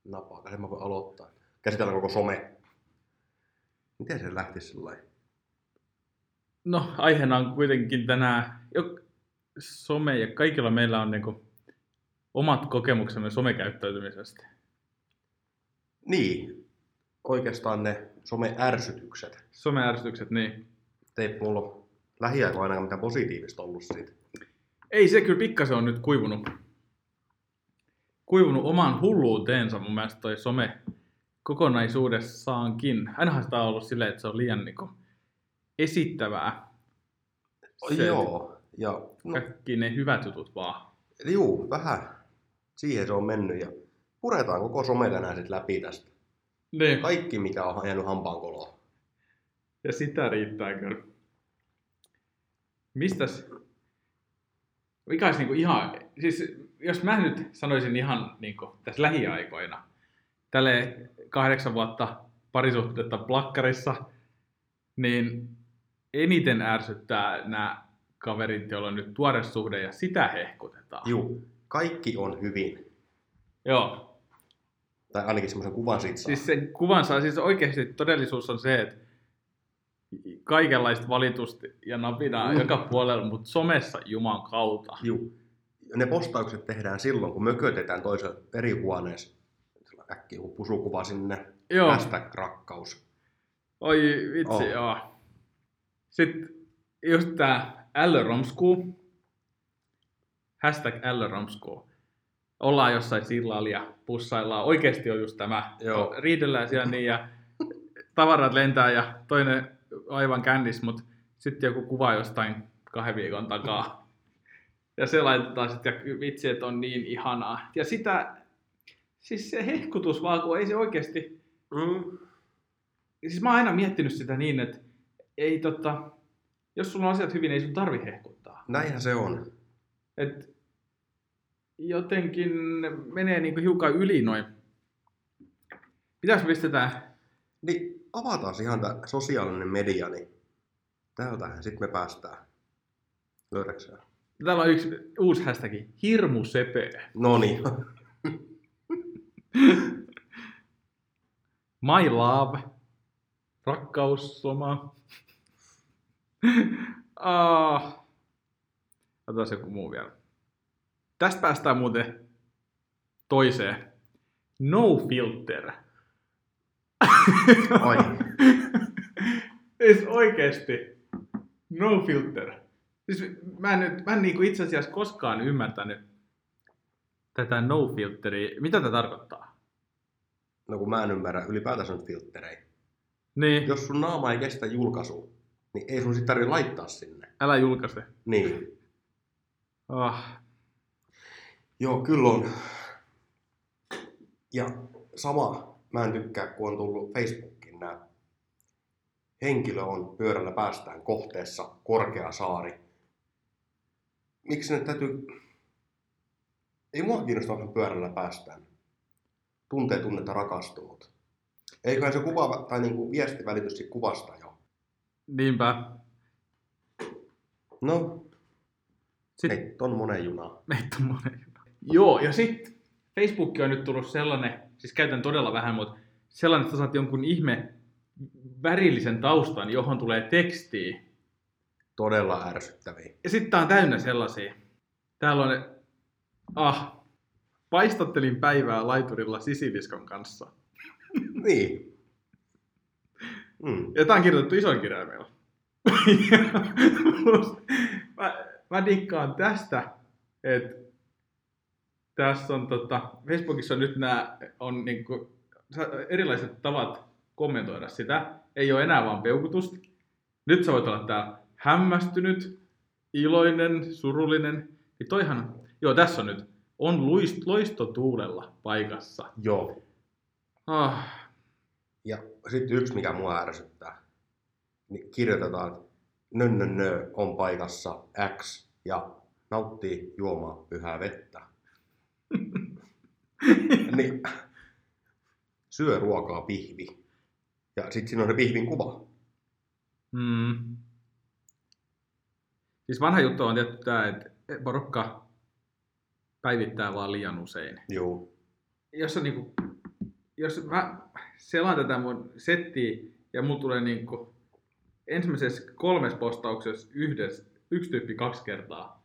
Napaa, mä voin aloittaa. Käsitellään koko some. Miten se lähtisi sillä? No, aiheena on kuitenkin tänään some ja kaikilla meillä on niinku omat kokemuksemme somekäyttäytymisestä. Niin. Oikeastaan ne some-ärsytykset. Some-ärsytykset, niin. Ei mulla ole lähiaikoina ainakaan mitään positiivista ollut siitä. Ei se kyllä pikkasen on nyt kuivunut omaan hulluuteensa mun mielestä toi some kokonaisuudessaankin. Ainahan sitä on ollut silleen, että se on liian niinku esittävää. Joo. Ja, kaikki ne hyvät jutut vaan. Juu, vähän siihen se on mennyt ja puretaan koko some tänään sit läpi tästä. Ne. Kaikki mikä on jäänyt hampaankoloon. Ja sitä riittää kyllä. Mikä olisi niinku ihan, siis jos mä nyt sanoisin ihan niinku tässä lähiaikoina, tälle 8 vuotta parisuhteetta plakkarissa, niin eniten ärsyttää nämä kaverit, joilla on nyt tuore suhde ja sitä hehkutetaan. Juu, kaikki on hyvin. Joo. Tai ainakin semmoisen kuvan siitä saa. Siis sen kuvan saa, siis oikeasti todellisuus on se, että kaikenlaista valitusta ja napinaa joka puolella, mutta somessa juman kautta. Juu. Ne postaukset tehdään silloin, kun mökötetään toisella eri huoneessa. Äkkiä joku pusukuva sinne. Joo. #rakkaus. Oi vitsi, joo. Sitten just tää #LRomskuu. #LRomskuu. Ollaan jossain sillalla ja pussaillaan. Oikeesti on just tämä. Joo. Riidellään siellä niin ja tavarat lentää ja toinen aivan kännissä, mutta sitten joku kuva jostain 2 viikon takaa. Ja se laitetaan sitten ja vitsi, että on niin ihanaa. Ja sitä, siis se hehkutus vaan, kun ei se oikeesti. Siis mä oon aina miettinyt sitä niin, että ei jos sulla on asiat hyvin, ei sun tarvi hehkuttaa. Näinhän se on. Et jotenkin menee niinku hiukan yli noin. Pitäis pistetään? Niin avataan ihan tää sosiaalinen media, niin täältähän sit me päästään. Löydäkseen. Täällä on yksi uusi hashtag, hirmusepee. Noniin. My love. Rakkausloma. Otetaan joku muu vielä. Tästä päästään muuten toiseen. No filter. Ai. Siis oikeesti. No filter. Siis mä en niinku itse asiassa koskaan ymmärtänyt tätä no filteria. Mitä tämä tarkoittaa? No kun mä en ymmärrä ylipäätänsä nyt filtterejä. Niin. Jos sun naama ei kestä julkaisua, niin ei sun sit tarvitse laittaa sinne. Älä julkaise. Niin. Joo, kyllä on. Ja sama, mä en tykkää, kun on tullut Facebookiin nää. Henkilö on pyörällä päästään kohteessa Korkeasaari. Miksi ne täytyy... Ei mua kiinnosta, onko pyörällä päästään. Tuntee tunnetta rakastunut. Eiköhän se kuva tai niinku viestivälitys siitä kuvasta jo. Niinpä. No, meitä on monen junaa. Meitä on monen junaa. Joo, ja sitten Facebook on nyt tullut sellainen, siis käytän todella vähän, mutta sellainen, että saat jonkun ihme värillisen taustan, johon tulee tekstiä. Todella ärsyttäviä. Ja sitten tää on täynnä sellaisia. Täällä on, paistattelin päivää laiturilla sisiliskon kanssa. Niin. Ja tää on kirjoitettu ison kirjaimella. mä dikkaan tästä, että tässä on Facebookissa on nyt nämä on niinku erilaiset tavat kommentoida sitä. Ei ole enää vaan peukutusta. Nyt sä voit olla täällä hämmästynyt, iloinen, surullinen. Niin toihan, joo tässä on nyt, on loistotuulella paikassa. Joo. Ja sitten yksi, mikä mua ärsyttää, niin kirjoitetaan, että nönnönnö on paikassa X ja nauttii juomaa pyhää vettä. Niin, syö ruokaa pihvi. Ja sitten siinä on se pihvin kuva. Siis vanha juttu on tietty tämä, että porukka päivittää vaan liian usein. Joo. Jos on niinku jos mä selaan tätä mun settiä ja mulla tulee niinku ensimmäisessä 3 postauksessa yksi tyyppi 2 kertaa.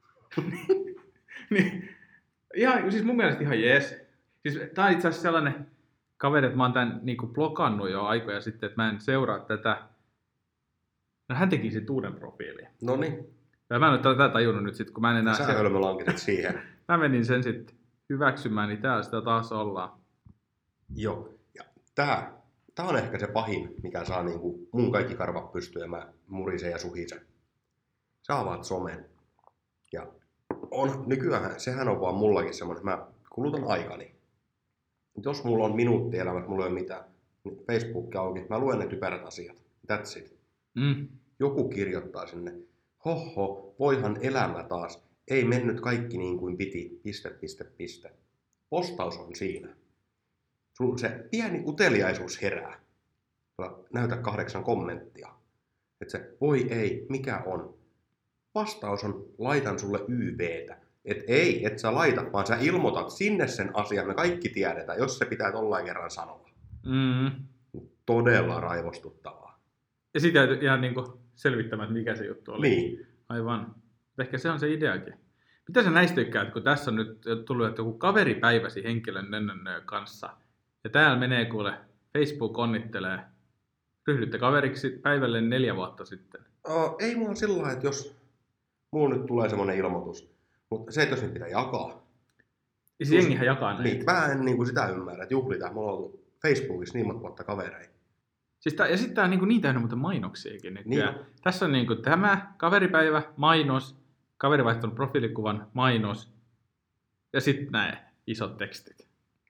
Niin, ihan, siis mun mielestä ihan jees. Siis tää on itse asiassa sellainen kaveri, että mä oon tän niinku blokannut jo aikoja sitten, että mä en seuraa tätä. No hän teki sit uuden profiilin. Noniin. Ja mä en ole tätä tajunnut nyt sit, kun mä en enää... Sä hölmölankiset siihen. Mä menin sen sitten hyväksymään, niin täällä sitä taas ollaan. Joo. Ja tää on ehkä se pahin, mikä saa niinku mun kaikki karvat pystyyn ja mä murisen ja suhisen. Sä avaat somen. Ja nykyään sehän on vaan mullakin semmoinen, että mä kulutan aikani. Jos mulla on minuutti elämässä, mulla ei ole mitään, niin Facebook auki, mä luen ne typerät asiat. That's it. Joku kirjoittaa sinne, hoho, voihan elämä taas, ei mennyt kaikki niin kuin piti, ... Postaus on siinä. Sulla se pieni uteliaisuus herää. Näytä 8 kommenttia. Että se, voi ei, mikä on? Vastaus on, laitan sulle YVtä. Et sä laita, vaan sä ilmoitat sinne sen asian, me kaikki tiedetään, jos se pitää tollain kerran sanoa. Todella raivostuttavaa. Ja sitä ihan niinku selvittämään, mikä se juttu oli. Niin. Aivan. Ehkä se on se ideakin. Mitä sä näistä tykkäät, kun tässä on nyt tullut, että joku kaveri päiväsi henkilön kanssa. Ja täällä menee kuule, Facebook onnittelee. Ryhdytte kaveriksi päivälle 4 vuotta sitten. Ei mulla sillä lailla, että jos mulla nyt tulee semmonen ilmoitus. Mutta se, että jos nyt pitää jakaa. Ja se jengihän jakaa näitä. Niin, mä en niinku sitä ymmärrä, että juhlitaan. Mulla on ollut Facebookissa niin monta vuotta kavereita. Siis ja sitten tää on niin täynnä muuten mainoksiakin nyt. Niin. Tässä on niinku tämä kaveripäivä, mainos, kaveri vaihtanut profiilikuvan, mainos. Ja sitten näin isot tekstit.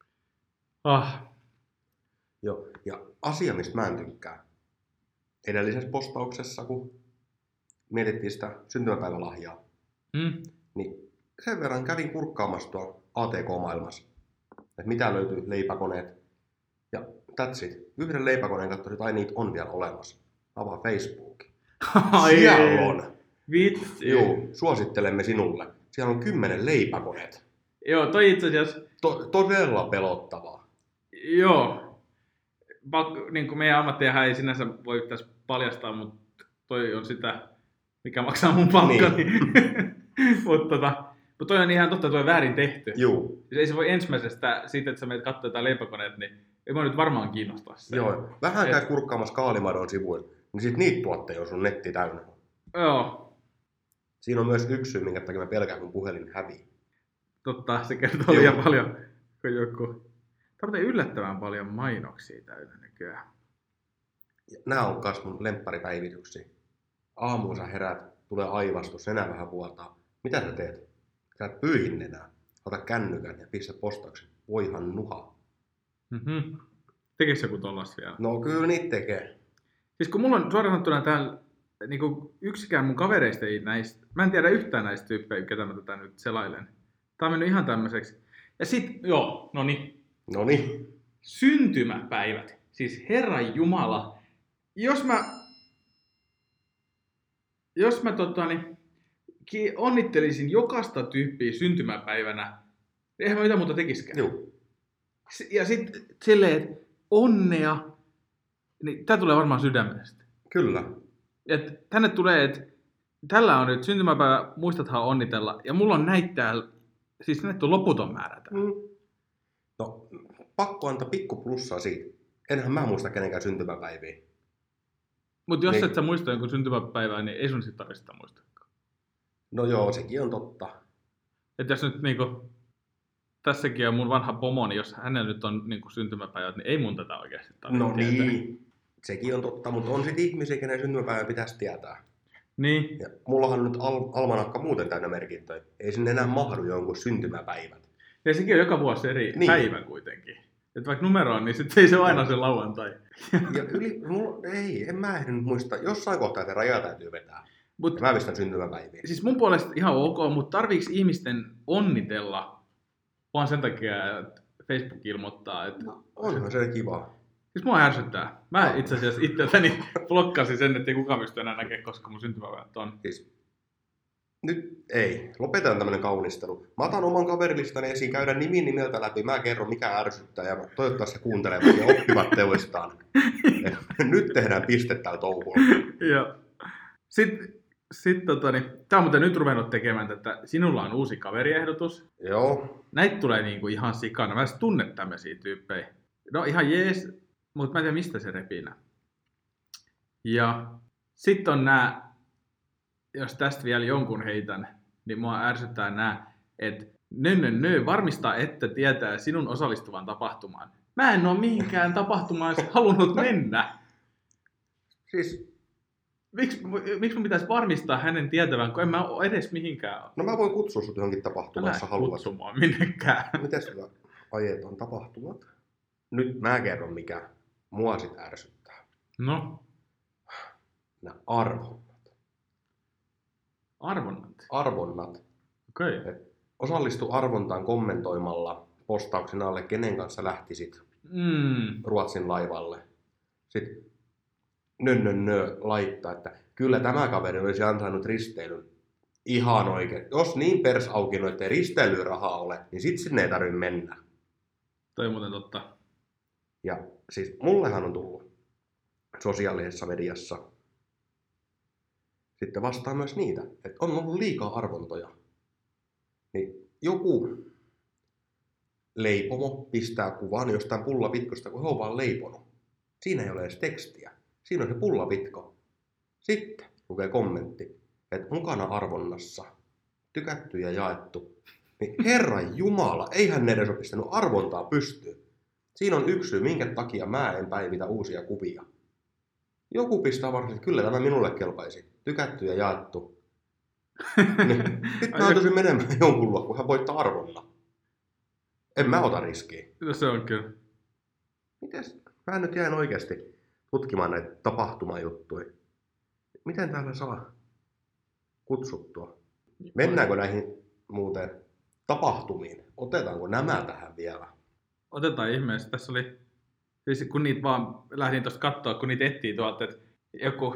Joo, ja asia, mistä mä en tykkää. Edellisessä postauksessa, kun mietittiin sitä syntymäpäivälahjaa, niin sen verran kävin kurkkaamassa tuolla ATK-maailmassa, että mitä löytyy leipäkoneet. Ja that's it. Yhden leipäkoneen katsoin, että ai niitä on vielä olemassa. Avaa Facebookin. Siellä on. Vitsi. Joo, suosittelemme sinulle. Siellä on 10 leipäkoneet. Joo, toi itse asiassa... Todella pelottavaa. Joo. Niin kuin meidän ammattiahan ei sinänsä voi tässä paljastaa, mutta toi on sitä, mikä maksaa mun palkkani. Niin. Mutta toi on ihan totta, toi on väärin tehty. Joo. Ei se voi ensimmäisestä siitä, että sä menet katsoa jotain leipäkoneet, niin ei voi nyt varmaan kiinnostaa se. Joo, vähän käy kurkkaamassa Kaalimadon sivuilla, niin sit niitä tuotteita on sun netti täynnä. Joo. Siinä on myös yksi syy, minkä takia mä pelkään, kun puhelin hävii. Totta, se kertoo liian paljon, kun joku... Tarvitaan yllättävän paljon mainoksia täynnä nykyään. Nämä on kas mun lempparipäivityksiä. Aamuun sä herät, tulee aivastus, nenä vähän vuotaa. Mitä sä teet? Sä et pyyhin nenää. Ota kännykän ja pistä postauksen. Voihan nuha. Tekis joku tollas vielä? No kyllä niitä tekee. Siis kun mulla on suoraan sanottuna täällä niin yksikään mun kavereista ei näistä, mä en tiedä yhtään näistä tyyppejä, ketä mä tätä nyt selailen. Tää on mennyt ihan tämmöiseksi. Ja sit, noniin. Syntymäpäivät. Siis Herran Jumala. Jos mä onnittelisin jokaista tyyppiä syntymäpäivänä, niin eihän mä mitään muuta tekiskään. Joo. Ja sit silleen, että onnea, niin tää tulee varmaan sydämestä. Kyllä. Et tänne tulee, että tällä on nyt syntymäpäivä, muistathan onnitella. Ja mulla on näitä täällä, siis näitä on loputon määrä täällä. No, pakko antaa pikku plussaa siitä. Enhän mä muista kenenkään syntymäpäiviä. Mutta jos et sä muista jonkun syntymäpäivää, niin ei sun sit tarvitse sitä muistaa. No joo, sekin on totta. Että jos nyt niinku, tässäkin on mun vanha pomo, niin jos hänellä nyt on niinku syntymäpäivät, niin ei mun tätä oikeasti tarvitse. No niin, sekin on totta, mutta on sit ihmisiä, kenen syntymäpäivä pitäisi tietää. Niin. Ja mullahan on nyt almanakka muuten täynnä merkintöjä. Ei sinne enää mahdu jonkun syntymäpäivät. Ja sekin on joka vuosi eri päivä kuitenkin. Että vaikka numero on, niin sitten ei se ole aina se lauantai. Ja en mä ehdi muista. Jossain kohtaa se raja täytyy vetää. Mä pistän syntymäpäiviä. Siis mun puolesta ihan ok, mutta tarviiko ihmisten onnitella vaan sen takia, että Facebook ilmoittaa, että... No, onhan se kiva. Siis mua ärsyttää. Mä itse asiassa itseltäni blokkasin sen, että ei kukaan pysty enää näkemään, koska mun syntymäpäivät on. Siis Nyt ei. Lopetetaan tämmönen kaunistelu. Mä otan oman kaverilistani esiin, käydään nimi nimeltä läpi. Mä kerron mikä ärsyttää ja toivottavasti se kuuntelevat ja oppivat teoistaan. Nyt tehdään piste täällä touhulla. Joo. Sitten tää on muuten nyt ruvennut tekemään tätä. Sinulla on uusi kaveriehdotus. Joo. Näitä tulee niinku ihan sikana. Mä en tunne tämmöisiä tyyppejä. No ihan jees, mutta mä en tiedä mistä se repinä. Ja sitten on nää, jos tästä vielä jonkun heitän, niin mua ärsyttää nää, että varmistaa, että tietää sinun osallistuvan tapahtumaan. Mä en oo mihinkään tapahtumaan halunnut mennä. Siis... Miksi mun pitäisi varmistaa hänen tietävän, kun en mä ole edes mihinkään. No mä voin kutsua sut johonkin tapahtumaan, jos sä haluat. Kutsumaan minnekään. Miten sitä ajetaan tapahtumat? Nyt mä kerron, mikä mua sit ärsyttää. No? Nää arvonnat. Arvonnat? Arvonnat. Okei. Okay. Osallistu arvontaan kommentoimalla postauksen alle, kenen kanssa lähtisit Ruotsin laivalle. Sitten laittaa, että kyllä tämä kaveri olisi ansainnut risteilyn. Ihan oikein. Jos niin pers auki, no ettei risteilyrahaa ole, niin sit sinne ei tarvitse mennä. Toi on muuten totta. Ja siis mullehan on tullut sosiaalisessa mediassa sitten vastaan myös niitä, että on ollut liikaa arvontoja. Niin joku leipomo pistää kuvan jostain pullapitkosta, kun he on vaan leiponut. Siinä ei ole edes tekstiä. Siinä on se pullapitko. Sitten lukee kommentti, että mukana arvonnassa, tykätty ja jaettu. Niin Herran Jumala, eihän ne edes ole pistänyt arvontaa pystyyn. Siinä on yksi syy, minkä takia mä en päivitä uusia kuvia. Joku pistää varsin, että kyllä tämä minulle kelpaisi. Tykätty ja jaettu. Niin, nyt mä ottaisin menemään jonkun luo, kun hän voittaa arvonna. En mä ota riskiä. No se on kyllä. Mites? Mä nyt jäin oikeasti tutkimaan näitä tapahtumajuttuja. Miten täällä saa kutsuttua? Mennäänkö näihin muuten tapahtumiin? Otetaanko nämä tähän vielä? Otetaan ihmeessä. Tässä oli, siis kun niitä vaan lähdin tuosta katsoa, kun niitä etsii tuolta, että joku,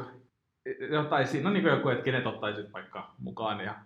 no niin kuin joku, että kenet ottaisit vaikka mukaan ja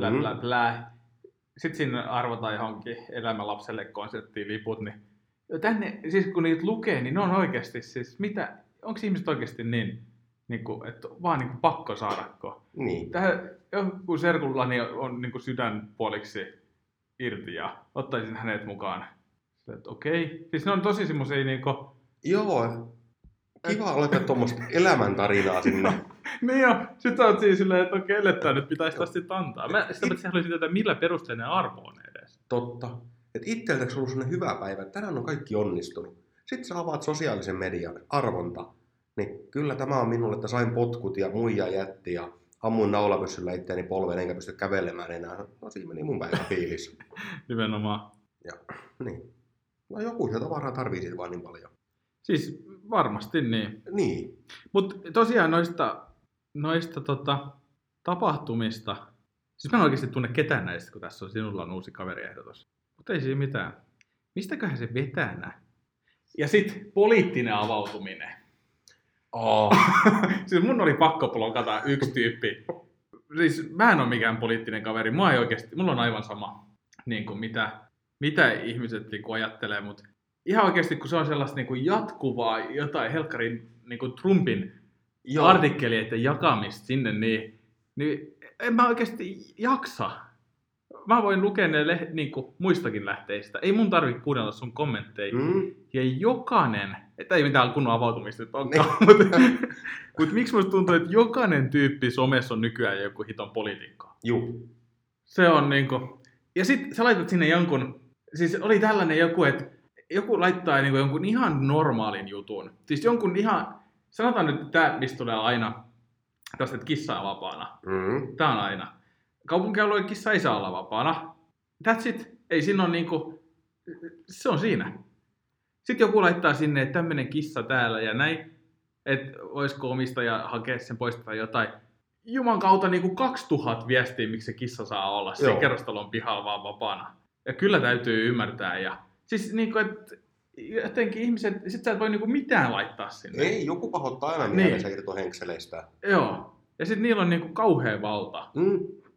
blä. Sitten siinä arvotaan johonkin elämälapselle konserttiin liput, niin tänne, siis kun niitä lukee, niin ne on oikeasti siis, mitä, onko ihmiset oikeasti niin kuin, että vaan niin kuin pakko saadako? Niin. Tähän joku serkullani on niin kuin sydän puoliksi irti ja ottaisin hänet mukaan. Että okei. Siis ne on tosi semmosia niinku... Joo. Kiva aloittaa tuommoista elämäntarinaa sinne. Niin jo. Sitten oot siis silleen, että kelle tää nyt pitäisi taas sitten antaa. Mä sitä haluaisin tietää, millä perusteella ne arvo on edes. Totta. Että itseltäks on ollut sellainen hyvä päivä, että tänään on kaikki onnistunut. Sitten sä avaat sosiaalisen median arvonta. Niin kyllä tämä on minulle, että sain potkut ja muija jätti ja ammuin naulapyssyllä itseäni polveen enkä pysty kävelemään enää. No siinä meni mun päivän fiilis. Nimenomaan. Ja niin. No joku se tavaraa tarvii siitä vaan niin paljon. Siis varmasti niin. Niin. Mutta tosiaan noista tapahtumista, siis mä en oikeasti tunne ketään näistä, kun tässä on sinulla on uusi kaveriehdotus. Mutta ei siinä mitään. Mistäköhän se vetää? Ja sitten poliittinen avautuminen. Oh. Siis mun oli pakko blokata yksi tyyppi. Siis mä en ole mikään poliittinen kaveri. Mulla on aivan sama, niin kuin mitä ihmiset niin kuin ajattelee, mutta ihan oikeasti kun se on sellaista niin kuin jatkuvaa jotain helkkarin niin kuin Trumpin artikkeleiden jakamista sinne, niin en mä oikeasti jaksa. Mä voin lukea ne niin kuin muistakin lähteistä. Ei mun tarvitse kuunnella sun kommentteja. Ja jokainen, että ei mitään kunnon avautumista nyt onkaan, mutta miksi musta tuntuu, että jokainen tyyppi somessa on nykyään joku hiton poliitikko. Juu. Se on niinku... Ja sit sä laitat sinne jonkun... Siis oli tällainen joku, että joku laittaa niinku jonkun ihan normaalin jutun. Siis jonkun ihan... Sanotaan nyt, että tää, mistä tulee aina tästä, että kissa on vapaana. Tää on aina. Kaupunkialueen kissa ei saa olla vapaana. That's it. Ei siinä on niinku... Se on siinä. Sitten joku laittaa sinne, että tämmönen kissa täällä ja näin. Että voisiko omistaja hakea sen pois tai jotain. Juman kautta niinku 2000 viestiä, miksi se kissa saa olla. Se kerrostalon pihalla vaan vapaana. Ja kyllä täytyy ymmärtää. Ja siis niinku, että jotenkin ihmiset, sit sä et voi niinku mitään laittaa sinne. Ei, joku pahoittaa aina mielensä irtohenkseleistä. Joo. Ja sit niillä on niinku kauhea valta.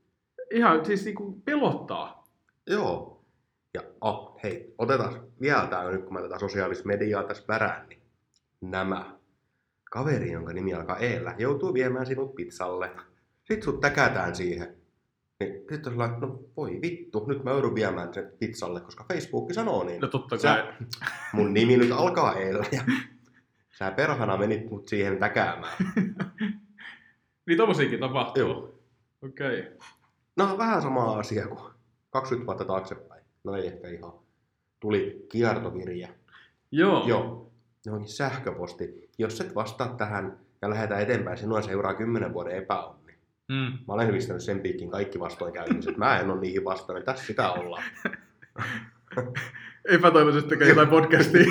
ihan siis niinku pelottaa. Joo. Ja hei, otetaan vielä täällä nyt, kun mä tätä sosiaalista mediaa tässä värään, niin nämä. Kaveri, jonka nimi alkaa Eellä, joutuu viemään sinut pizzalle. Sitten sut täkätään siihen. Niin sitten on sellainen, no voi vittu, nyt mä joudun viemään sen pizzalle, koska Facebook sanoo niin. No totta kai. Mun nimi nyt alkaa Eellä ja sä perhana menit mut siihen täkäämään. Niin tommosiakin tapahtuu. Joo. Okei. Okay. No vähän sama asia kuin 20 vuotta taaksepäin. No ei ehkä ihan. Tuli kiertokirje. Joo. Joo. Johonkin sähköposti. Jos et vastaa tähän ja lähetä eteenpäin, sinua seuraa 10 vuoden epäonni. Mä olen hyvistänyt sen piikkiin kaikki vastoinkäymiset. Mä en ole niihin vastannut. Tässä sitä ollaan. Epätoivoisesti tekee jotain podcastia.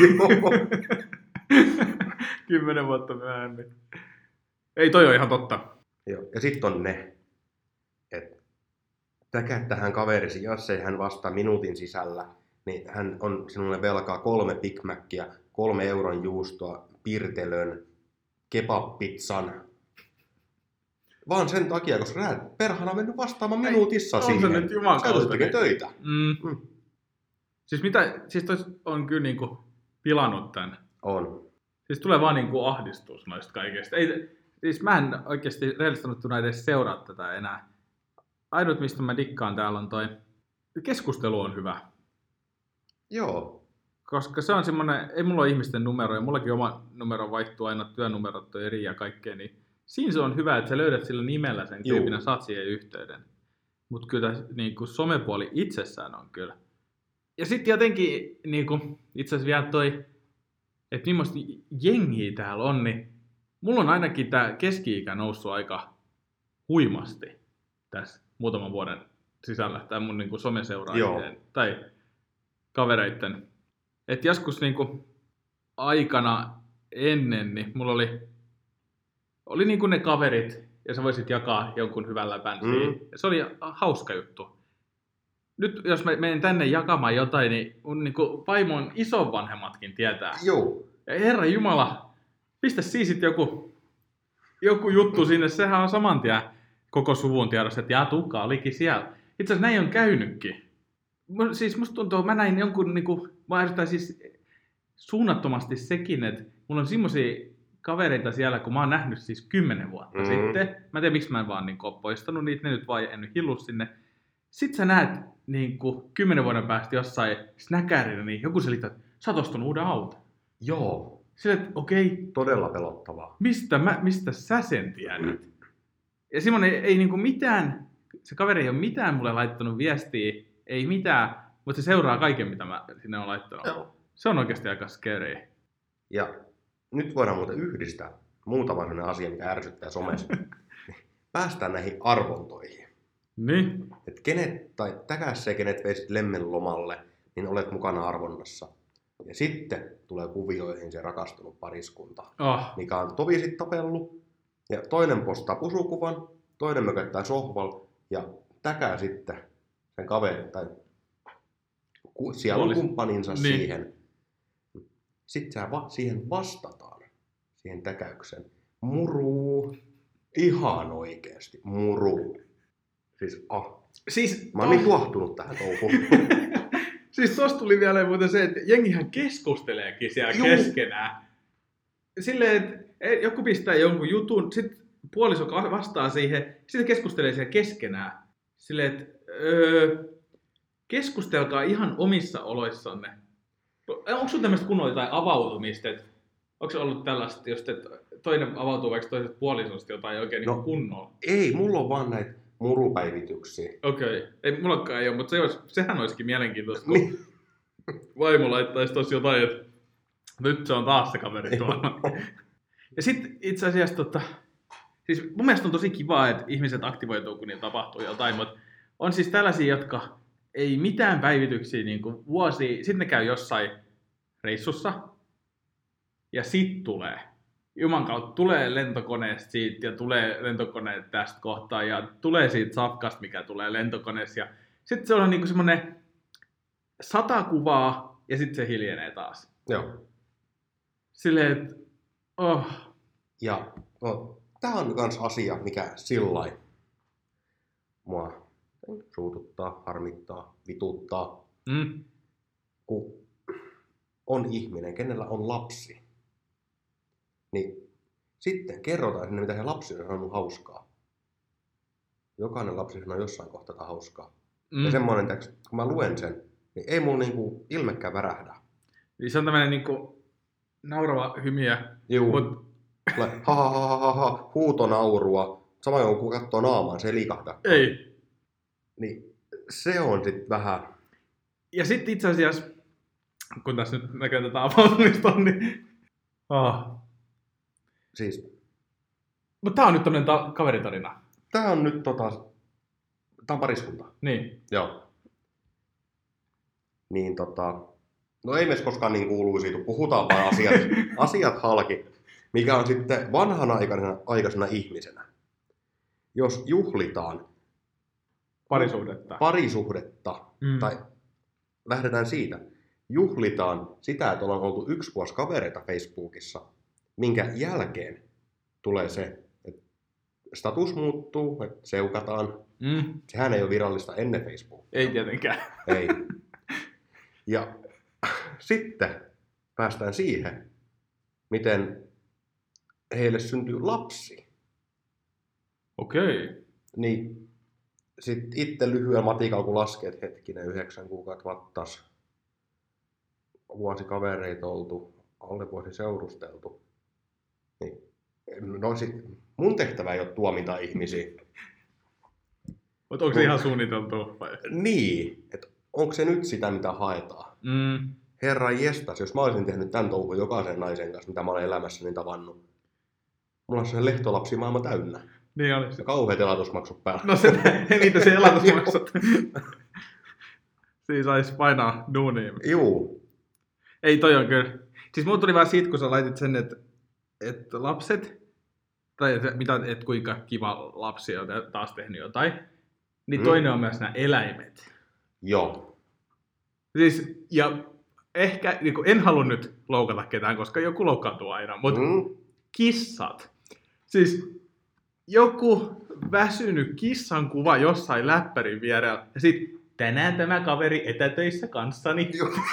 10 vuotta myöhemmin. Ei, toi on ihan totta. Joo. Ja sitten on ne, että täkää tähän kaverisi, jos ei hän vastaa minuutin sisällä, niin hän on sinulle velkaa 3 Big Mackia, 3 euron juustoa, pirtelön, kebab-pizzan. Vaan sen takia, koska sä et perhana mennyt vastaamaan minuutissa siihen. On se nyt jumakauttainen. Töitä. Siis toi on kyllä niinku pilannut tän. On. Siis tulee vaan niinku ahdistus noista kaikesta. Siis mä en oikeesti rehellisesti sanottuna edes seuraa tätä enää. Ainut mistä mä dikkaan täällä on toi keskustelu on hyvä. Joo. Koska se on semmonen, ei mulla ole ihmisten numeroja, mullakin oma numero vaihtuu aina, työnumerot on eri ja kaikkea, niin siinä se on hyvä, että sä löydät sillä nimellä sen tyypin ja saat siihen yhteyden. Mutta kyllä niin kuin somepuoli itsessään on kyllä. Ja sitten jotenkin niin kuin, itse asiassa vielä toi, että millaista jengiä täällä on, niin mulla on ainakin tää keski-ikä noussut aika huimasti tässä muutaman vuoden sisällä, tai mun niin kuin someseuraajien tai kavereitten. Että joskus niin kuin aikana ennen, niin mulla oli niin kuin ne kaverit, ja sä voisit jakaa jonkun hyvän läpän siihen. Ja se oli hauska juttu. Nyt jos mä menen tänne jakamaan jotain, niin mun niin kuin vaimon isonvanhemmatkin tietää. Joo. Ja Herra Jumala, pistä siisit joku juttu sinne, sehän on saman tien koko suvun tiedossa, että Tukka olikin siellä. Itse asiassa näin on käynytkin. Siis musta tuntuu, mä näin jonkun, niinku, mä ärsytän siis suunnattomasti sekin, että mulla on semmosia kavereita siellä, kun mä oon nähnyt siis 10 vuotta sitten. Mä en tiedä, miksi mä en vaan niin ole poistanut niitä, ne nyt vaan en hillu sinne. Sitten sä näet niin 10 vuoden päästä jossain snäkärillä, niin joku selittää, että sä oot ostanut uuden auton. Joo. Silleen, että okei. Todella pelottavaa. Mistä sä sen tiedät? Ja Simon ei niinku mitään, se kaveri ei ole mitään mulle laittanut viestiä, ei mitään, mutta se seuraa kaiken, mitä mä sinne olen laittanut. Joo. Se on oikeasti aika scary. Ja nyt voidaan muuten yhdistää muutama sellainen asia, mikä ärsyttää somessa. Päästään näihin arvontoihin. Niin. Että kenet, tai täkässä kenet veisit lemmen lomalle, niin olet mukana arvonnassa. Ja sitten tulee kuvioihin se rakastunut pariskunta, mikä on tovi sit tapellut. Ja toinen postaa pusukuvan, toinen mököttää sohval ja täkää sitten sen kaverin tai kumppaninsa niin siihen. Sitten siihen vastataan, siihen täkäykseen. Muruu. Ihan oikeesti. Muruu. Siis mä oon niin tuohtunut tähän touhuun. Siis tosta tuli vielä muuten se, että jengihän keskusteleekin siellä keskenään. Silleen, että joku pistää jonkun jutun, sitten puoliso vastaa siihen, sitten keskustelee siellä keskenään. Silleen, että keskustelkaa ihan omissa oloissanne. Onko sun tämmöistä kunnolla jotain avautumista? Että onko se ollut tällaista, jos toinen avautuu vaikka toisesta puolisosta jotain oikein niin kunnolla? Ei, mulla on vaan näitä murupäivityksiä. Okei. Ei mullakaan ei ole, mutta sehän olisikin mielenkiintoista, kun vaimo laittaisi tossa jotain, että nyt se on taas se kaveri tuolla. Ja sitten itse asiassa, siis mun mielestä on tosi kivaa, että ihmiset aktivoituu, kun niillä tapahtuu jotain, mutta on siis tällaisia, jotka ei mitään päivityksiä niin kuin vuosia, sitten ne käy jossain reissussa, ja sit tulee. Juman kautta tulee lentokoneesta siitä, ja tulee lentokoneet tästä kohtaa, ja tulee siitä safkasta, mikä tulee lentokoneessa, ja sitten se on niin kuin semmoinen 100 kuvaa, ja sitten se hiljenee taas. Joo. Silleen, että Ja tää on kans asia, mikä sillain mua Suututtaa, harmittaa, vituttaa. Mm. Kun on ihminen, kenellä on lapsi, niin sitten kerrotaan sinne, mitä se lapsi on sanonut hauskaa. Jokainen lapsi sanoo jossain kohtaa hauskaa. Ja semmoinen teksti, kun mä luen sen, niin ei mulla niinku ilmekään värähdä. Niin se on tämmöinen niinku naurava hymiä. Juu. Ha, huutonaurua. Sama kun katsoo naamaan, se ei liikahda. Ei. Niin se on sit vähän... Ja sitten itse asiassa, kun tässä nyt näkee tätä avautumista, niin... Siis... Mutta tää on nyt tämmönen kaveritarina. Tää on nyt tää on pariskunta. Niin. Joo. Niin no ei meistä koskaan niin kuuluisi, puhutaan vaan asiat halki, mikä on sitten vanhanaikaisena ihmisenä. Jos juhlitaan parisuhdetta tai lähdetään siitä, juhlitaan sitä, että ollaan oltu 1 vuosi kavereita Facebookissa, minkä jälkeen tulee se, että status muuttuu, että seukataan. Sehän ei ole virallista ennen Facebookia. Ei tietenkään. Ei. Ja sitten päästään siihen, miten heille syntyy lapsi. Okei. Niin sitten itse lyhyen matikalla, kun lasket hetkinen 9 kuukautta vattas, vuosi kavereita oltu, alle vuosi seurusteltu. Niin, no sit mun tehtävä ei ole tuomita ihmisiä. Mutta onko se ihan suunniteltu? Vai? Niin, että onko se nyt sitä, mitä haetaan? Herra jestas, jos mä olisin tehnyt tämän touhun jokaisen naisen kanssa, mitä mä olen elämässäni tavannut. Mulla on se lehtolapsi maailma täynnä. Niin olisi. Ja kauheat elatusmaksut päällä. No se niitä se elatusmaksut. Siis saisi painaa duunia. Juu. Ei toi on kyllä. Siis mulla tuli vaan siitä, kun sä laitit sen, että lapset, tai että kuinka kiva lapsi on taas tehnyt jotain, niin toinen on myös nämä eläimet. Joo. Siis, ja ehkä, niin en halua nyt loukata ketään, koska joku loukkaantuu aina, mutta kissat. Siis joku väsynyt kissan kuva jossain läppärin vierellä, ja sit tänään tämä kaveri etätöissä kanssani.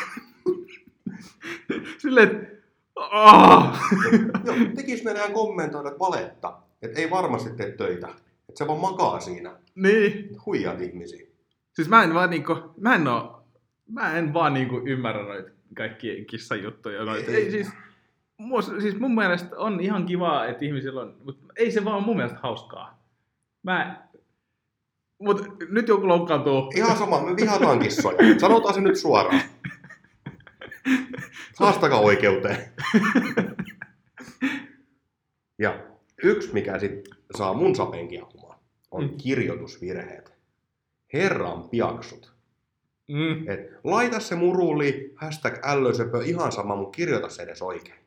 Silleen, että Joo, tekis meidän kommentoida valetta, että ei varmasti tee töitä, että se vaan makaa siinä. Niin. Huijaat ihmisiä. Siis mä en vaan ymmärrä noita kaikkia kissan juttuja. Ei, siis mun mielestä on ihan kivaa, että ihmisillä on, mutta ei se vaan mun mielestä hauskaa. Mutta nyt joku loukkaantuu. Ihan sama, me vihataan kissoja. Sanotaan se nyt suoraan. Haastakaa oikeuteen. Ja yksi, mikä sit saa mun sapen kiahumaan, on kirjoitusvirheet. Herran piaksut. Et laita se muruli, #ällösöpö, ihan sama, mun kirjoita se edes oikein.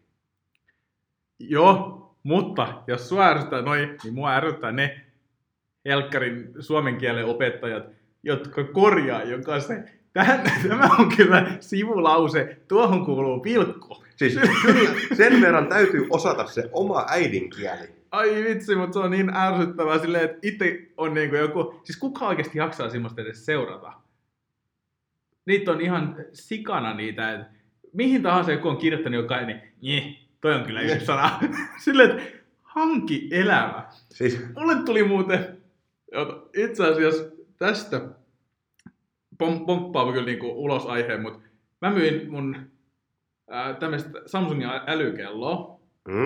Joo, mutta jos sua ärsyttää noin, niin mua ärsyttää ne helkkarin suomen kielen opettajat, jotka korjaa jokaisen. Tämä on kyllä sivulause, tuohon kuuluu pilkku. Siis kyllä sen verran täytyy osata se oma äidinkieli. Ai vitsi, mutta se on niin ärsyttävää silleen, että itse on niinku joku, siis kuka oikeasti jaksaa semmoista edes seurata? Niitä on ihan sikana niitä, että mihin tahansa joku on kirjoittanut jokainen, niin toi on kyllä yksi sana. Silleen, että hanki elämä. Siis mulle tuli muuten, itse asiassa tästä pomppaa kyllä niinku ulos aiheen, mutta mä myin mun tämmöistä Samsungin älykelloa.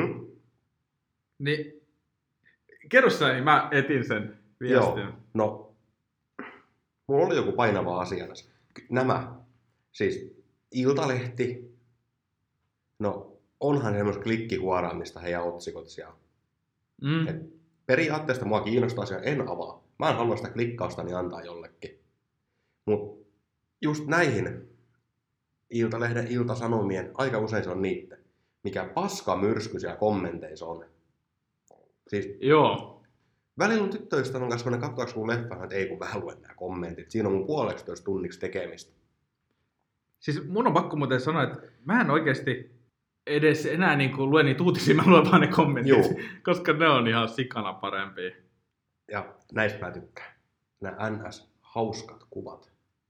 Niin kerro sä, niin mä etin sen viestin. Joo, no mulla oli joku painava asia tässä. Nämä, siis Iltalehti, no onhan semmoista klikkihuoraamista heidän otsikot siellä. Et periaatteessa mua kiinnostaa se, en avaa. Mä en halua sitä klikkaustani antaa jollekin. Mut just näihin Iltalehden, Iltasanomien, aika usein se on niitä, mikä paska myrsky siellä kommenteissa on. Siis joo. Välillä on tyttöystävän kanssa sellainen katsotaanko mun leffan, että ei kun vähän luen nämä kommentit. Siinä on mun 1,5 tunniksi tekemistä. Siis mun on pakko muuten sanoa, että mä en oikeasti edes enää lue niitä uutisia, mä luen vaan ne kommentit. Joo. Koska ne on ihan sikana parempia. Ja näistä mä tykkään. Nämä NS hauskat kuvat.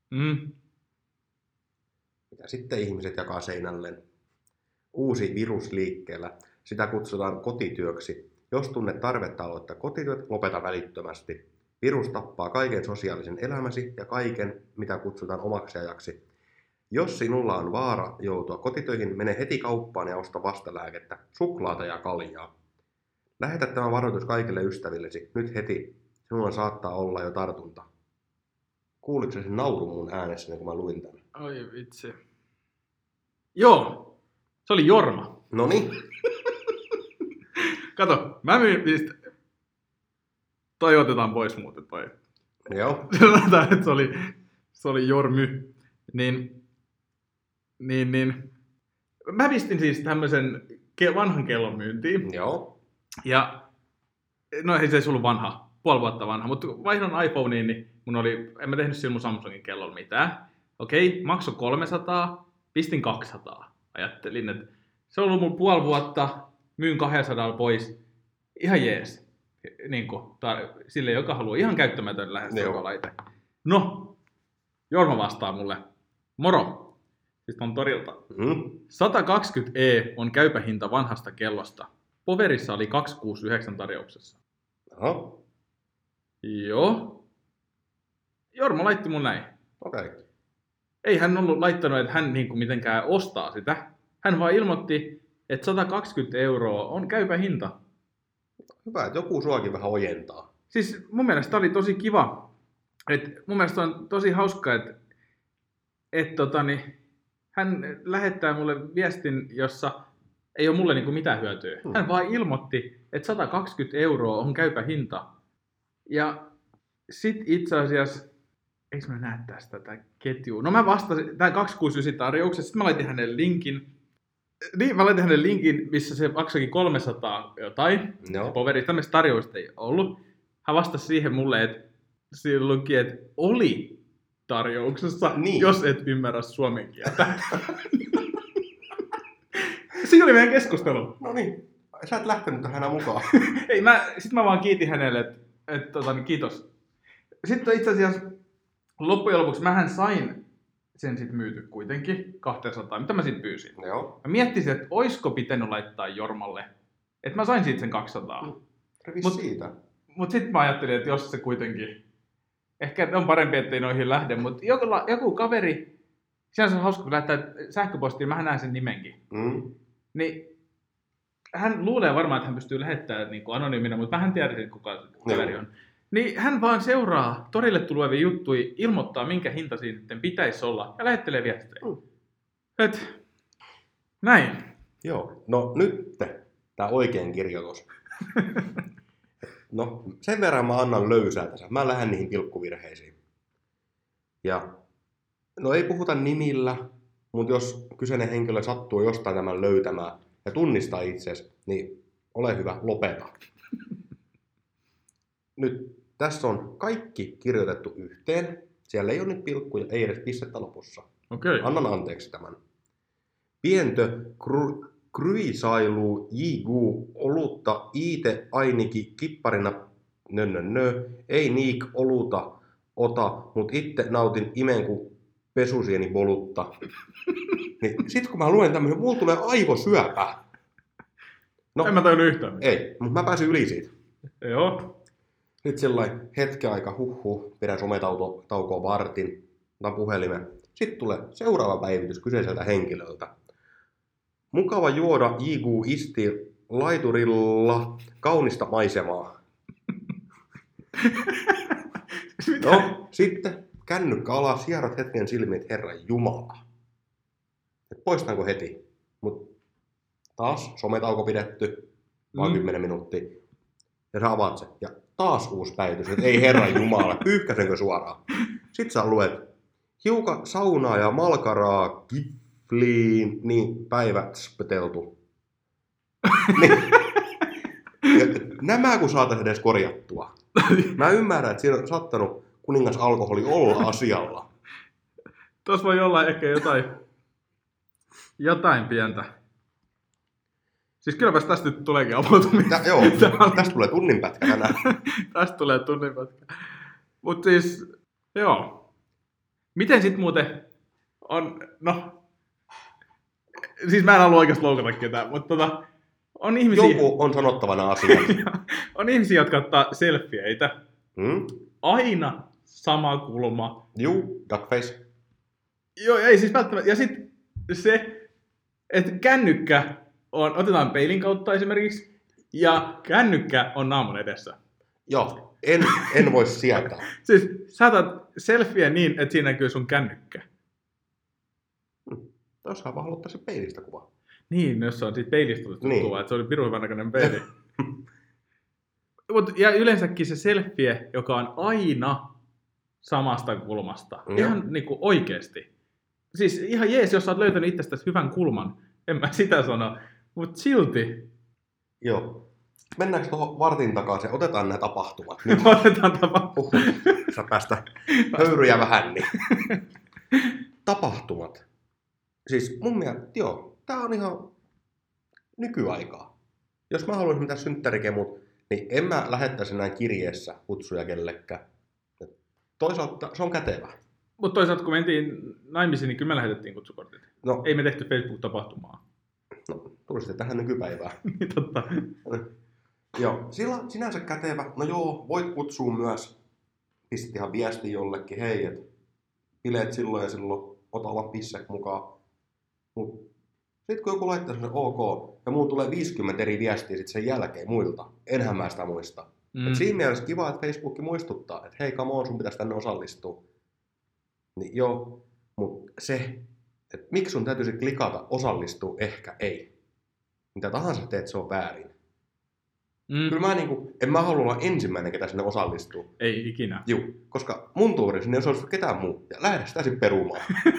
Mitä sitten ihmiset jakaa seinälleen? Uusi virus liikkeellä. Sitä kutsutaan kotityöksi. Jos tunnet tarvetta aloittaa kotityöt, lopeta välittömästi. Virus tappaa kaiken sosiaalisen elämäsi ja kaiken, mitä kutsutaan omaksi ajaksi. Jos sinulla on vaara joutua kotitöihin, mene heti kauppaan ja osta vastalääkettä, suklaata ja kaljaa. Lähetä tämä varoitus kaikille ystävillesi, nyt heti. Sinulla saattaa olla jo tartunta. Kuulitko se nauru mun äänessäni, kun mä luin tämän? Oi vitsi. Joo, se oli Jorma. Noniin. Kato, mä myin niistä. Toi otetaan pois muuten toi. Joo. Sanotaan, että se oli Jormy. Niin. Mä pistin siis tämmöisen vanhan kellon myyntiin. Joo. Ja no ei se ollut vanha, puoli vuotta vanha, mutta vaihdon iPhoneen, niin en mä tehnyt sillä mun Samsungin kellolla mitään. Okei, maksoi 300, pistin 200. Ajattelin, että se on ollut mun puoli vuotta, myyn 200 pois. Ihan jees. Niin kuin, sille, joka haluaa ihan käyttämätön lähestulkoon laite. No, Jorma vastaa mulle. Moro. Siis on torilta. 120 on käypä hinta vanhasta kellosta. Poverissa oli 269 tarjouksessa. Aha. Joo. Jorma laitti mun näin. Okei. Ei hän ollut laittanut, että hän niin kuin mitenkään ostaa sitä. Hän vaan ilmoitti, että 120 on käypä hinta. Hyvä, että joku suakin vähän ojentaa. Siis mun mielestä oli tosi kiva. Mun mielestä on tosi hauska, että hän lähettää mulle viestin, jossa ei ole mulle niinku mitään hyötyä. Hän vaan ilmoitti, että 120 on käypä hinta. Ja sit itse asiassa, eikö mä näe tästä tätä ketjua? No mä vastasin, tää 269 tarjouksessa, sit mä laitin hänelle linkin. Niin, mä laitin hänelle linkin, missä se maksoikin 300 jotain. No. Poveri, tämmöistä tarjousta ei ollut. Hän vastasi siihen mulle, että siinä luki, että oli tarjouksessa, niin. Jos et ymmärrä suomen kieltä. Siinä oli meidän keskustelu. No niin, sä et lähtenyt tähän mukaan. Ei, sit mä vaan kiitin hänelle, että kiitos. Sitten itse asiassa loppujen lopuksi mähän sain sen sit myyty kuitenkin 200, mitä mä sit pyysin. Joo. Mä miettisin, että oisko pitänyt laittaa Jormalle, että mä sain siitä sen 200. Siitä. Mut sit mä ajattelin, että jos se kuitenkin, ehkä on parempi, ettei noihin lähde, mutta joku kaveri, siinä on hauska, kun lähettää sähköpostiin, mä näen sen nimenkin. Niin hän luulee varmaan, että hän pystyy lähettämään niin kuin anonyyminä, mutta mä en tiedä, kuka se kaveri on. Niin hän vaan seuraa torille tulevia juttuja, ilmoittaa, minkä hinta siitä pitäisi olla, ja lähettelee viestejä. Näin. Joo, no nyt tää oikein kirjoitus. No, sen verran mä annan löysää tässä. Mä lähden niihin pilkkuvirheisiin. Ja, no ei puhuta nimillä, mutta jos kyseinen henkilö sattuu jostain tämän löytämään ja tunnistaa itsesi, niin ole hyvä, lopeta. Nyt tässä on kaikki kirjoitettu yhteen. Siellä ei ole nyt pilkkuja, ei edes pistettä lopussa. Okay. Annan anteeksi tämän. Pientö Kryisailu jigu olutta iite ainiki kipparina ei niik oluta ota, mut itte nautin imenku pesusieni bolutta. Niin sit kun mä luen tämmöisen, mulla tulee aivosyöpä. No, en mä tajunnut yhtään. Ei, mutta mä pääsin yli siitä. Joo. Nyt sellainen hetken aika pidän sometaukoa vartin, otan puhelimen. Sitten tulee seuraava päivitys kyseiseltä henkilöltä. Mukava juoda jigu isti laiturilla kaunista maisemaa. No, sitten kännykkä alas, hierot hetken silmiin, että Herran Jumala. Et poistanko heti? Mut taas sometauko pidetty, vaan 10 minuuttia. Ja sä avaat sen. Ja taas uusi päivitys, että ei Herran Jumala, pyyhkäsenkö suoraan. Sitten sä luet, hiukan saunaa ja malkaraa kifliin, niin päivät speteltu. Nämä kun saataisiin edes korjattua. Mä ymmärrän, että siinä on saattanut kuningas alkoholi olla asialla. Tuossa voi olla ehkä jotain pientä. Siis kylläpäs tästä nyt tuleekin avautumista. Joo, tästä tulee tunnin pätkä tänään. Tästä tulee tunnin pätkä. Mutta siis Joo. Miten sit muuten on, no, siis mä en halua oikeasti loukata ketään, mutta on ihmisiä... Joku on sanottavana asia. On ihmisiä, jotka ottaa selfieitä. Hmm? Aina sama kulma. Juu, duckface. Joo, ei siis välttämättä. Ja sitten se, että kännykkä on, otetaan peilin kautta esimerkiksi, ja kännykkä on naaman edessä. Joo, en voi sietää. Siis sä otat selfie niin, että siinä näkyy sun kännykkä. Jossain vaan haluttaa se peilistä kuva. Niin, jos se on siitä peilistä otettu Niin. kuva, että se oli pirun hyvän näköinen peili. Ja yleensäkin se selfie, joka on aina samasta kulmasta. Joo. Ihan niinku oikeesti. Siis ihan jees, jos sä oot löytänyt itsestäsi hyvän kulman. En mä sitä sano. Mut silti. Joo. Mennäänkö tuohon vartin takaisin? Otetaan nämä tapahtumat. Nyt Otetaan tapa. sä päästä höyryjä vähän, niin. Tapahtumat. Siis mun mielestä, joo, tää on ihan nykyaikaa. Jos mä haluaisin mitään synttärikemut, niin en mä lähettäisi näin kirjeessä kutsuja kellekään. Toisaalta se on kätevä. Mutta toisaalta kun mentiin naimisiin, niin kyllä me lähetettiin kutsukortit. No, Ei me tehty Facebook-tapahtumaa. no tulisitte tähän nykypäivään. Niin totta. Joo, sillä sinänsä kätevä. No joo, voit kutsua myös. Pistit ihan viesti jollekin, hei, et bileet silloin ja silloin, ota lapissek mukaan. Mut sit kun joku laittaa sen OK, ja mulla tulee 50 eri viestiä sit sen jälkeen muilta, enhän mä sitä muista. Et siinä mielessä kiva, että Facebook muistuttaa, että hei, come on, sun pitäisi tänne osallistua. Niin joo, mut se, että miksi sun täytyisi klikata osallistua, ehkä ei. Mitä tahansa teet, se on väärin. Kyllä mä en mä halua olla ensimmäinen, ketä sinne osallistuu. Ei ikinä. Juu, koska mun tuuri sinne ei osallistu ketään muu. Ja lähde sitä sitten perumaan.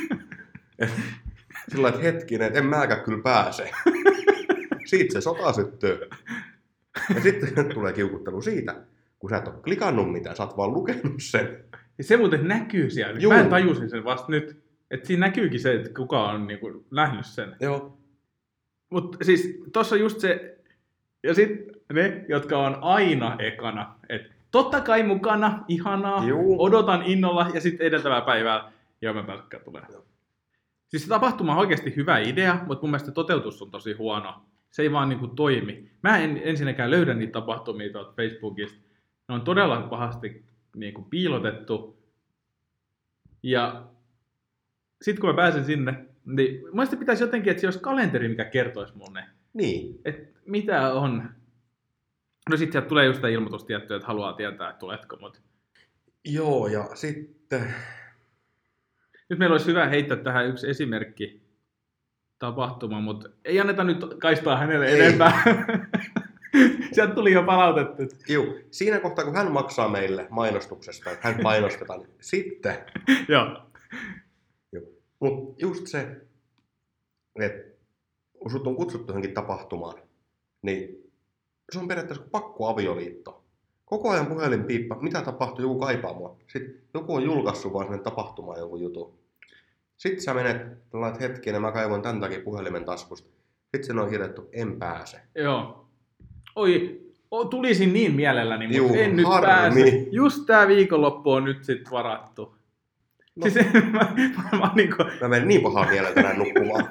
Sillä että hetkinen, että en mäkään kyllä pääse. Siitä se sota syttyy. Ja sitten tulee kiukuttelu siitä, kun sä et ole klikannut mitään, sä oot vaan lukenut sen. Ja se muuten näkyy siellä. Juu. Mä en tajusin sen vasta nyt. Että siinä näkyykin se, että kuka on niinku nähnyt sen. Joo. Mutta siis tossa just se, ja sitten ne, jotka on aina ekana, että totta kai mukana, ihanaa, Juu. odotan innolla, ja sitten edeltävää päivää, joo mä pääskään tulee. Joo. Siis se tapahtuma on oikeasti hyvä idea, mutta mun mielestä toteutus on tosi huono. Se ei vaan niinku toimi. Mä en ensinnäkään löydä niitä tapahtumia tuolta Facebookista. Ne on todella pahasti niinku piilotettu. Ja sitten kun mä pääsen sinne, niin mun mielestä pitäisi jotenkin, että siellä olisi kalenteri, mikä kertoisi mulle, Niin. että mitä on. No sit sieltä tulee just sitä ilmoitustiettelyä, että haluaa tietää, että tuletko, mutta Joo, ja sitten... nyt meillä olisi hyvä heittää tähän yksi esimerkki tapahtuma, mutta ei anneta nyt kaistaa hänelle Ei. enempää. Sieltä tuli jo palautettu. Juu, siinä kohtaa, kun hän maksaa meille mainostuksesta, että hän mainostetaan, niin sitten... Joo. Mutta just se, että kun sut on kutsuttu johonkin tapahtumaan, niin se on periaatteessa kuin pakkoavioliitto. Koko ajan puhelin piippa, mitä tapahtuu, joku kaipaa mua. Sitten joku on julkaissut vaan sinne tapahtumaan jonkun jutun. Sitten sä menet, lait hetken ja mä kaivoin tän takia puhelimen taskusta. Sitten sen on kirjoittu, en pääse. Joo. Oi, tulisin niin mielelläni, mutta Juu, en nyt harmi. pääse. Just tää viikonloppu on nyt sit varattu. No. Siis mä niinku... Mä menen niin pahaa mielellä tänään nukkumaan.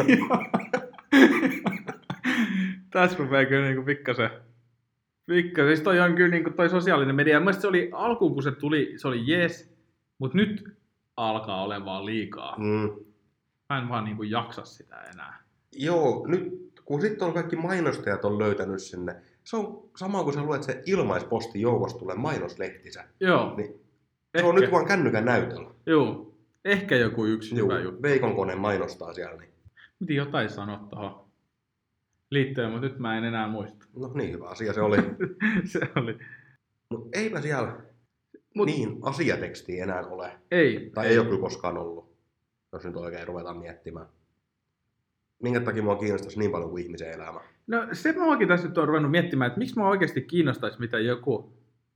Tässä rupeaa kyllä niinku pikkasen. Siis toi on kyllä niinku toi sosiaalinen media. Mielestäni se oli alkuun, kun se tuli, se oli jees, mutta nyt alkaa olemaan liikaa. Mä en vaan niinku jaksa sitä enää. Joo, nyt kun sitten on kaikki mainostajat on löytänyt sinne, se on sama kuin sä luet se ilmaisposti joukosta tulee mainoslehtisä. Joo. Niin se on nyt vaan kännykän näytöllä. Joo. Ehkä joku yksi Joo, hyvä juttu. Veikon kone mainostaa siellä. Niin. Piti jotain sanoa tohon liittyen, mutta nyt mä en enää muista. No niin, hyvä asia se oli. Se oli. Mutta eipä siellä niin asiatekstiä enää ole. Ei. Tai ei ole kyllä koskaan ollut, jos nyt oikein ruvetaan miettimään. Minkä takia mua kiinnostaisi niin paljon kuin ihmisen elämä? No se mäkin tässä nyt on ruvennut miettimään, että miksi mä oikeasti kiinnostaisi mitä joku...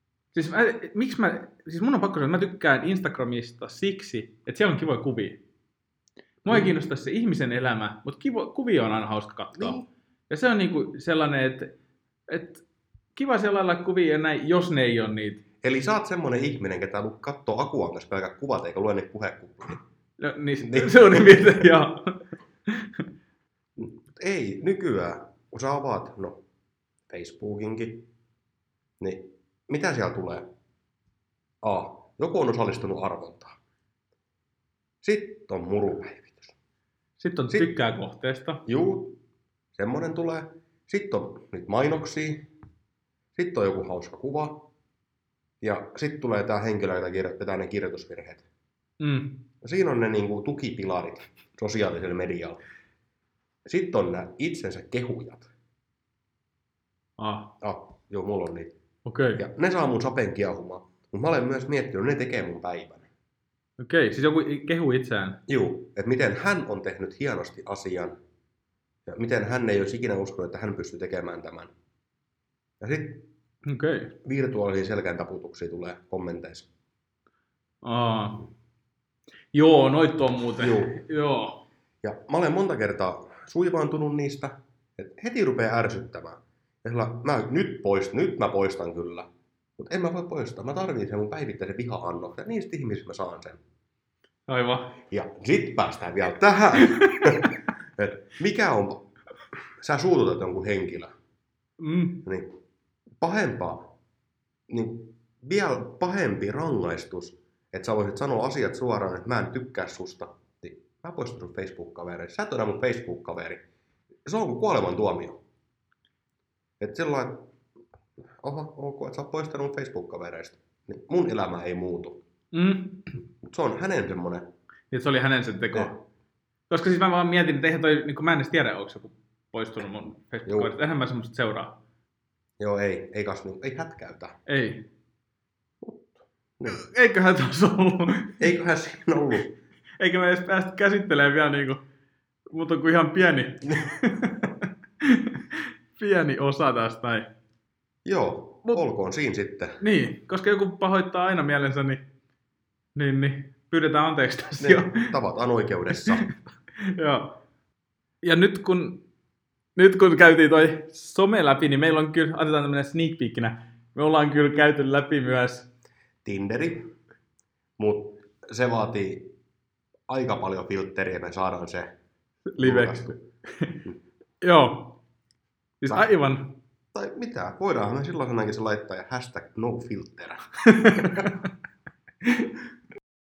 Siis mun on pakko sanoa, että mä tykkään Instagramista siksi, että siellä on kivoja kuvia. Mua ei kiinnostaisi se ihmisen elämä, mutta kuvia on aina hauska katsoa. Niin. Ja se on niinku sellainen, että kiva siellä lailla kuvia ja näin, jos ne ei ole niitä Eli sä oot semmonen ihminen, ketä katsoo Akuan kanssa pelkät kuvat eikä lue niitä puhekuvia. No, niin. Se on niin, joo. Ei, nykyään, kun sä avaat, Facebookinkin, niin mitä siellä tulee? Joku on osallistunut arvontaan. Sitten on murupäivitys. Sitten on tykkää kohteesta. Juu, semmonen tulee. Sitten on niitä mainoksia. Sitten on joku hauska kuva. Ja sitten tulee tää henkilö, jota kirjoittaa ne kirjoitusvirheet. Ja siinä on ne niinku tukipilarit sosiaalisella medialla. Sitten on nämä itsensä kehujat. Joo, mulla on niitä. Okei. Ja ne saa mun sapen kiehumaan. Mutta mä olen myös miettinyt, ne tekee mun päivän. Okei, siis joku kehu itseään. Juu, että miten hän on tehnyt hienosti asian. Ja miten hän ei olisi ikinä uskonut, että hän pystyy tekemään tämän. Ja sitten virtuaalisia selkään taputuksia tulee kommenteissa. Joo, noit on muuten. Joo. Ja mä olen monta kertaa suivaantunut niistä, että heti rupeaa ärsyttämään. Ja nyt mä poistan kyllä. Mutta en mä voi poistaa. Mä tarvitsen sen mun päivittäisen viha-annoksen. Ja niistä ihmisistä mä saan sen. Aivan. Ja sit päästään vielä tähän. Et mikä on... Sä suututat jonkun henkilö. Niin pahempaa. Niin vielä pahempi rangaistus. Että sä voisit sanoa asiat suoraan, että mä en tykkää susta. Niin mä poistan sun Facebook-kaveri. Sä et ole mun Facebook-kaveri. Se on kuin kuolemantuomio. Että sellainen... ok, että sä oot poistanut mun Facebook-kavereista. Niin mun elämä ei muutu. Mut se on hänen semmonen... Ja se oli hänen sen teko. Koska siis mä vaan mietin, että eihän toi... Niin mä en edes tiedä, onko joku poistunut mun Facebook-kaverista. Eihän mä semmoista seuraa. Joo, ei hätkäytä. Ei. Niin. Eiköhän tuossa ollut. Eiköhän siinä ollut. Eikä me edes päästä käsittelemään vielä niinku... Mutta on kuin ihan pieni osa tästä näin. Joo, olkoon siinä sitten. Niin, koska joku pahoittaa aina mielensä, niin pyydetään anteeksi tästä jo. Tavataan oikeudessa. Joo. Ja nyt kun käytiin toi some läpi, niin meillä on kyllä, otetaan tämmönen sneak peekinä, me ollaan kyllä käyty läpi myös Tinderi, mutta se vaatii aika paljon filtteriä, me saadaan se liveksi. Joo. Siis aivan. Tai mitä? Voidaanhan me silloin se laittaa ja #nofilter.